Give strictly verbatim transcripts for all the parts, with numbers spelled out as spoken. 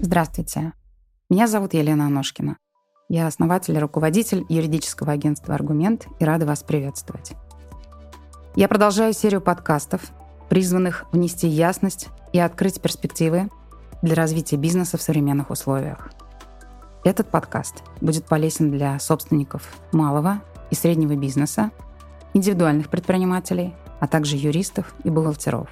Здравствуйте. Меня зовут Елена Аношкина. Я основатель и руководитель юридического агентства «Аргумент» и рада вас приветствовать. Я продолжаю серию подкастов, призванных внести ясность и открыть перспективы для развития бизнеса в современных условиях. Этот подкаст будет полезен для собственников малого и среднего бизнеса, индивидуальных предпринимателей, а также юристов и бухгалтеров.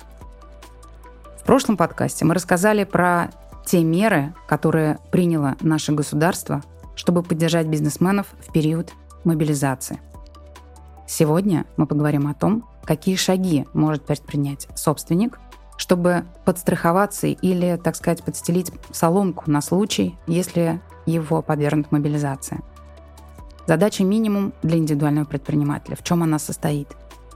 В прошлом подкасте мы рассказали про те меры, которые приняло наше государство, чтобы поддержать бизнесменов в период мобилизации. Сегодня мы поговорим о том, какие шаги может предпринять собственник, чтобы подстраховаться или, так сказать, подстелить соломку на случай, если его подвергнут мобилизации. Задача минимум для индивидуального предпринимателя. В чем она состоит?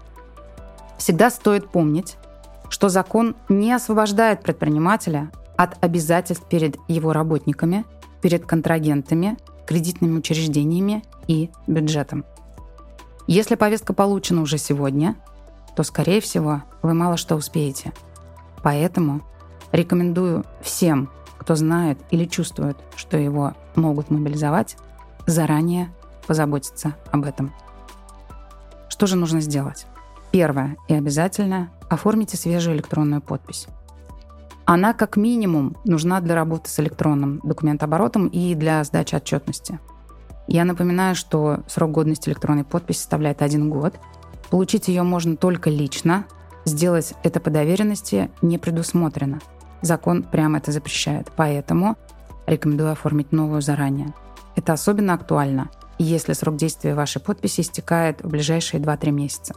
Всегда стоит помнить, что закон не освобождает предпринимателя от обязательств перед его работниками, перед контрагентами, кредитными учреждениями и бюджетом. Если повестка получена уже сегодня, то, скорее всего, вы мало что успеете. Поэтому рекомендую всем, кто знает или чувствует, что его могут мобилизовать, заранее позаботиться об этом. Что же нужно сделать? Первое и обязательное – оформите свежую электронную подпись. Она как минимум нужна для работы с электронным документооборотом и для сдачи отчетности. Я напоминаю, что срок годности электронной подписи составляет один год. Получить ее можно только лично. Сделать это по доверенности не предусмотрено. Закон прямо это запрещает. Поэтому рекомендую оформить новую заранее. Это особенно актуально, если срок действия вашей подписи истекает в ближайшие два-три месяца.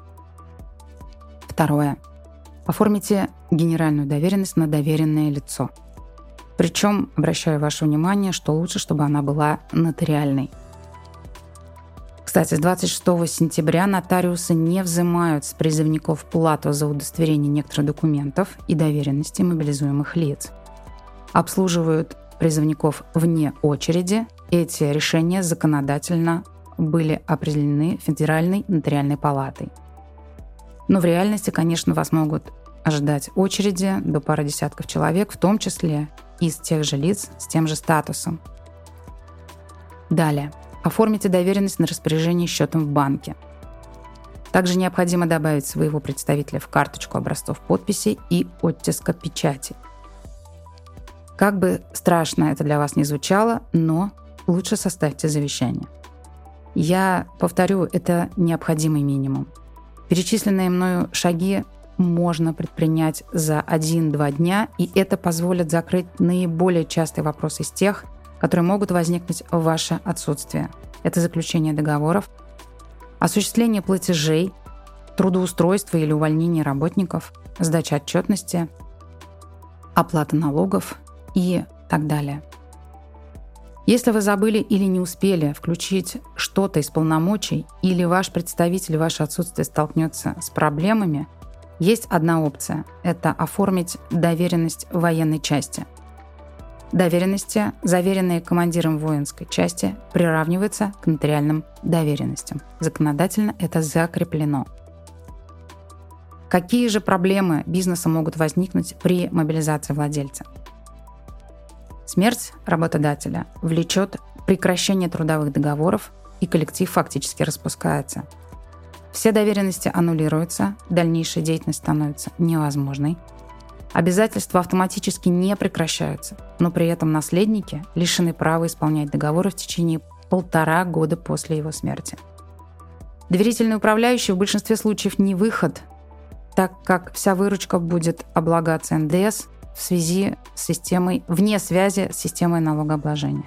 Второе. Оформите генеральную доверенность на доверенное лицо. Причем, обращаю ваше внимание, что лучше, чтобы она была нотариальной. Кстати, с двадцать шестого сентября нотариусы не взимают с призывников плату за удостоверение некоторых документов и доверенностей мобилизуемых лиц. Обслуживают призывников вне очереди. Эти решения законодательно были определены Федеральной нотариальной палатой. Но в реальности, конечно, вас могут ожидать очереди до пары десятков человек, в том числе из тех же лиц с тем же статусом. Далее. Оформите доверенность на распоряжение счетом в банке. Также необходимо добавить своего представителя в карточку образцов подписи и оттиска печати. Как бы страшно это для вас ни звучало, но лучше составьте завещание. Я повторю, это необходимый минимум. Перечисленные мною шаги можно предпринять за один-два дня, и это позволит закрыть наиболее частые вопросы из тех, которые могут возникнуть в ваше отсутствие. Это заключение договоров, осуществление платежей, трудоустройство или увольнение работников, сдача отчетности, оплата налогов и так далее. Если вы забыли или не успели включить что-то из полномочий, или ваш представитель в ваше отсутствие столкнется с проблемами, есть одна опция – это оформить доверенность в военной части. Доверенности, заверенные командиром воинской части, приравниваются к нотариальным доверенностям. Законодательно это закреплено. Какие же проблемы бизнеса могут возникнуть при мобилизации владельца? Смерть работодателя влечет прекращение трудовых договоров, и коллектив фактически распускается. Все доверенности аннулируются, дальнейшая деятельность становится невозможной. Обязательства автоматически не прекращаются, но при этом наследники лишены права исполнять договоры в течение полтора года после его смерти. Доверительный управляющий в большинстве случаев не выход, так как вся выручка будет облагаться эн дэ эс в связи с системой, вне связи с системой налогообложения.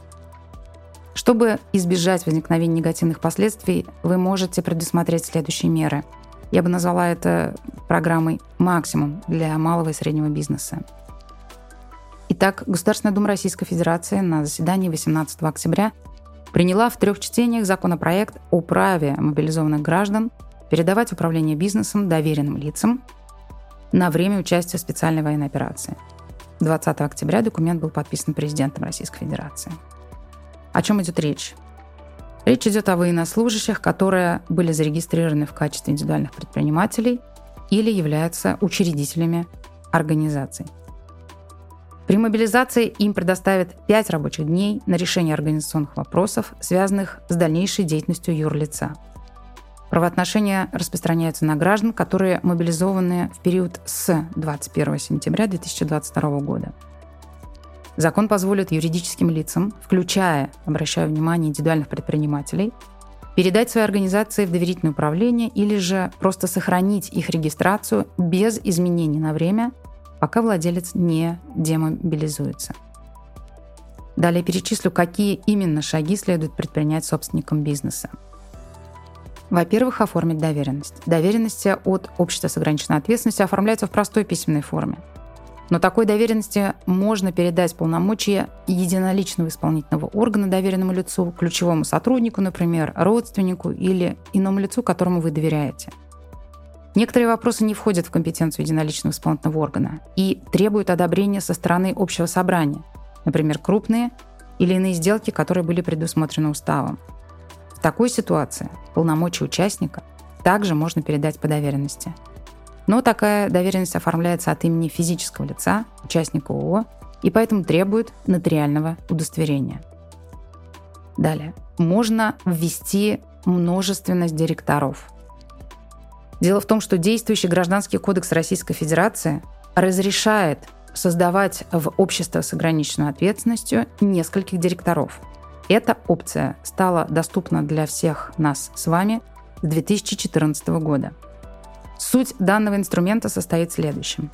Чтобы избежать возникновения негативных последствий, вы можете предусмотреть следующие меры. Я бы назвала это программой «Максимум» для малого и среднего бизнеса. Итак, Государственная Дума Российской Федерации на заседании восемнадцатого октября приняла в трех чтениях законопроект о праве мобилизованных граждан передавать управление бизнесом доверенным лицам на время участия в специальной военной операции. двадцатого октября документ был подписан президентом Российской Федерации. О чем идет речь? Речь идет о военнослужащих, которые были зарегистрированы в качестве индивидуальных предпринимателей или являются учредителями организаций. При мобилизации им предоставят пять рабочих дней на решение организационных вопросов, связанных с дальнейшей деятельностью юрлица. Правоотношения распространяются на граждан, которые мобилизованы в период с двадцать первого сентября две тысячи двадцать второго года. Закон позволит юридическим лицам, включая, обращаю внимание, индивидуальных предпринимателей, передать свои организации в доверительное управление или же просто сохранить их регистрацию без изменений на время, пока владелец не демобилизуется. Далее перечислю, какие именно шаги следует предпринять собственникам бизнеса. Во-первых, оформить доверенность. Доверенности от общества с ограниченной ответственностью оформляются в простой письменной форме. Но такой доверенности можно передать полномочия единоличного исполнительного органа доверенному лицу, ключевому сотруднику, например, родственнику или иному лицу, которому вы доверяете. Некоторые вопросы не входят в компетенцию единоличного исполнительного органа и требуют одобрения со стороны общего собрания, например, крупные или иные сделки, которые были предусмотрены уставом. В такой ситуации полномочия участника также можно передать по доверенности. Но такая доверенность оформляется от имени физического лица, участника ООО, и поэтому требует нотариального удостоверения. Далее. Можно ввести множественность директоров. Дело в том, что действующий Гражданский кодекс Российской Федерации разрешает создавать в общество с ограниченной ответственностью нескольких директоров. Эта опция стала доступна для всех нас с вами с две тысячи четырнадцатого года. Суть данного инструмента состоит в следующем.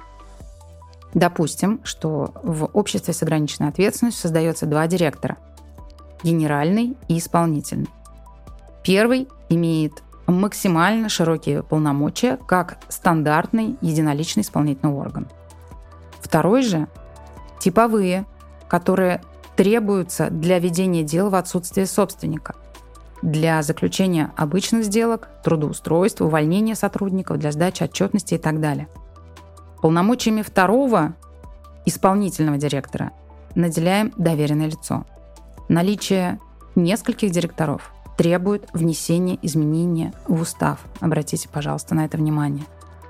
Допустим, что в обществе с ограниченной ответственностью создается два директора – генеральный и исполнительный. Первый имеет максимально широкие полномочия как стандартный единоличный исполнительный орган. Второй же – типовые, которые требуются для ведения дел в отсутствие собственника, для заключения обычных сделок, трудоустройства, увольнения сотрудников, для сдачи отчетности и так далее. Полномочиями второго исполнительного директора наделяем доверенное лицо. Наличие нескольких директоров требует внесения изменения в устав. Обратите, пожалуйста, на это внимание.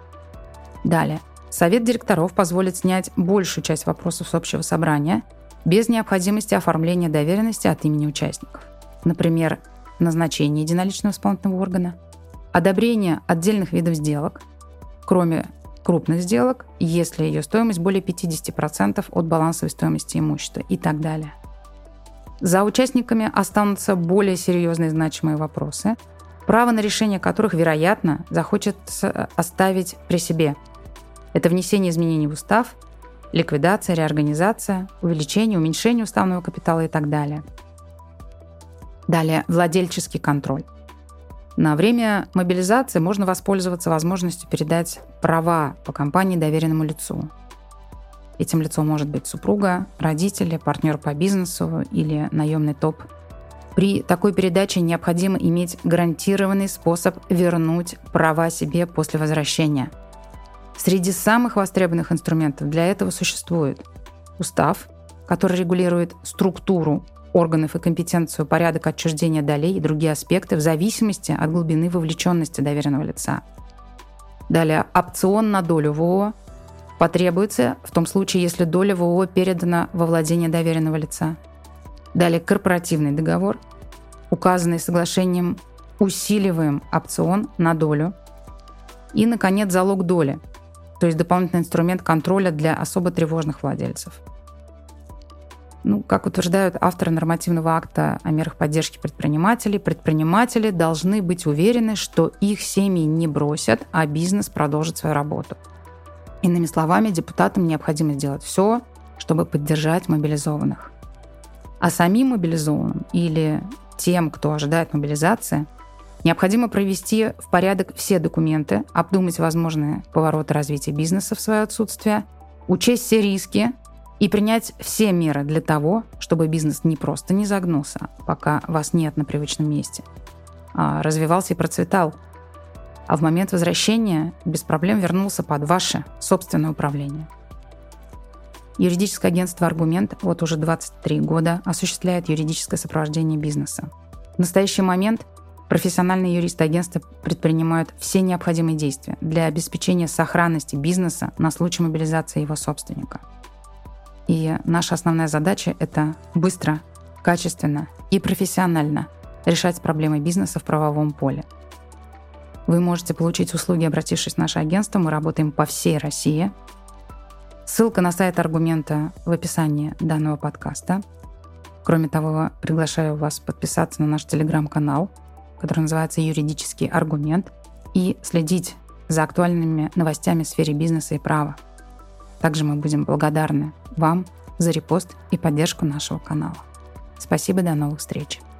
Далее. Совет директоров позволит снять большую часть вопросов с общего собрания без необходимости оформления доверенности от имени участников. Например, назначение единоличного исполнительного органа, одобрение отдельных видов сделок, кроме крупных сделок, если ее стоимость более пятьдесят процентов от балансовой стоимости имущества и так далее. За участниками останутся более серьезные и значимые вопросы, право на решение которых, вероятно, захочет оставить при себе. Это внесение изменений в устав, ликвидация, реорганизация, увеличение, уменьшение уставного капитала и так далее. Далее, владельческий контроль. На время мобилизации можно воспользоваться возможностью передать права по компании доверенному лицу. Этим лицом может быть супруга, родители, партнер по бизнесу или наемный топ. При такой передаче необходимо иметь гарантированный способ вернуть права себе после возвращения. Среди самых востребованных инструментов для этого существует устав, который регулирует структуру органов и компетенцию, порядок отчуждения долей и другие аспекты в зависимости от глубины вовлеченности доверенного лица. Далее, опцион на долю в ООО потребуется в том случае, если доля в ООО передана во владение доверенного лица. Далее, корпоративный договор, указанный соглашением, усиливаем опцион на долю. И, наконец, залог доли, то есть дополнительный инструмент контроля для особо тревожных владельцев. Ну, как утверждают авторы нормативного акта о мерах поддержки предпринимателей, предприниматели должны быть уверены, что их семьи не бросят, а бизнес продолжит свою работу. Иными словами, депутатам необходимо сделать все, чтобы поддержать мобилизованных. А самим мобилизованным или тем, кто ожидает мобилизации, необходимо провести в порядок все документы, обдумать возможные повороты развития бизнеса в свое отсутствие, учесть все риски и принять все меры для того, чтобы бизнес не просто не загнулся, пока вас нет на привычном месте, а развивался и процветал, а в момент возвращения без проблем вернулся под ваше собственное управление. Юридическое агентство «Аргумент» вот уже двадцать три года осуществляет юридическое сопровождение бизнеса. В настоящий момент профессиональные юристы агентства предпринимают все необходимые действия для обеспечения сохранности бизнеса на случай мобилизации его собственника. И наша основная задача — это быстро, качественно и профессионально решать проблемы бизнеса в правовом поле. Вы можете получить услуги, обратившись в наше агентство. Мы работаем по всей России. Ссылка на сайт «Аргумента» в описании данного подкаста. Кроме того, приглашаю вас подписаться на наш телеграм-канал, который называется «Юридический аргумент», и следить за актуальными новостями в сфере бизнеса и права. Также мы будем благодарны вам за репост и поддержку нашего канала. Спасибо, до новых встреч.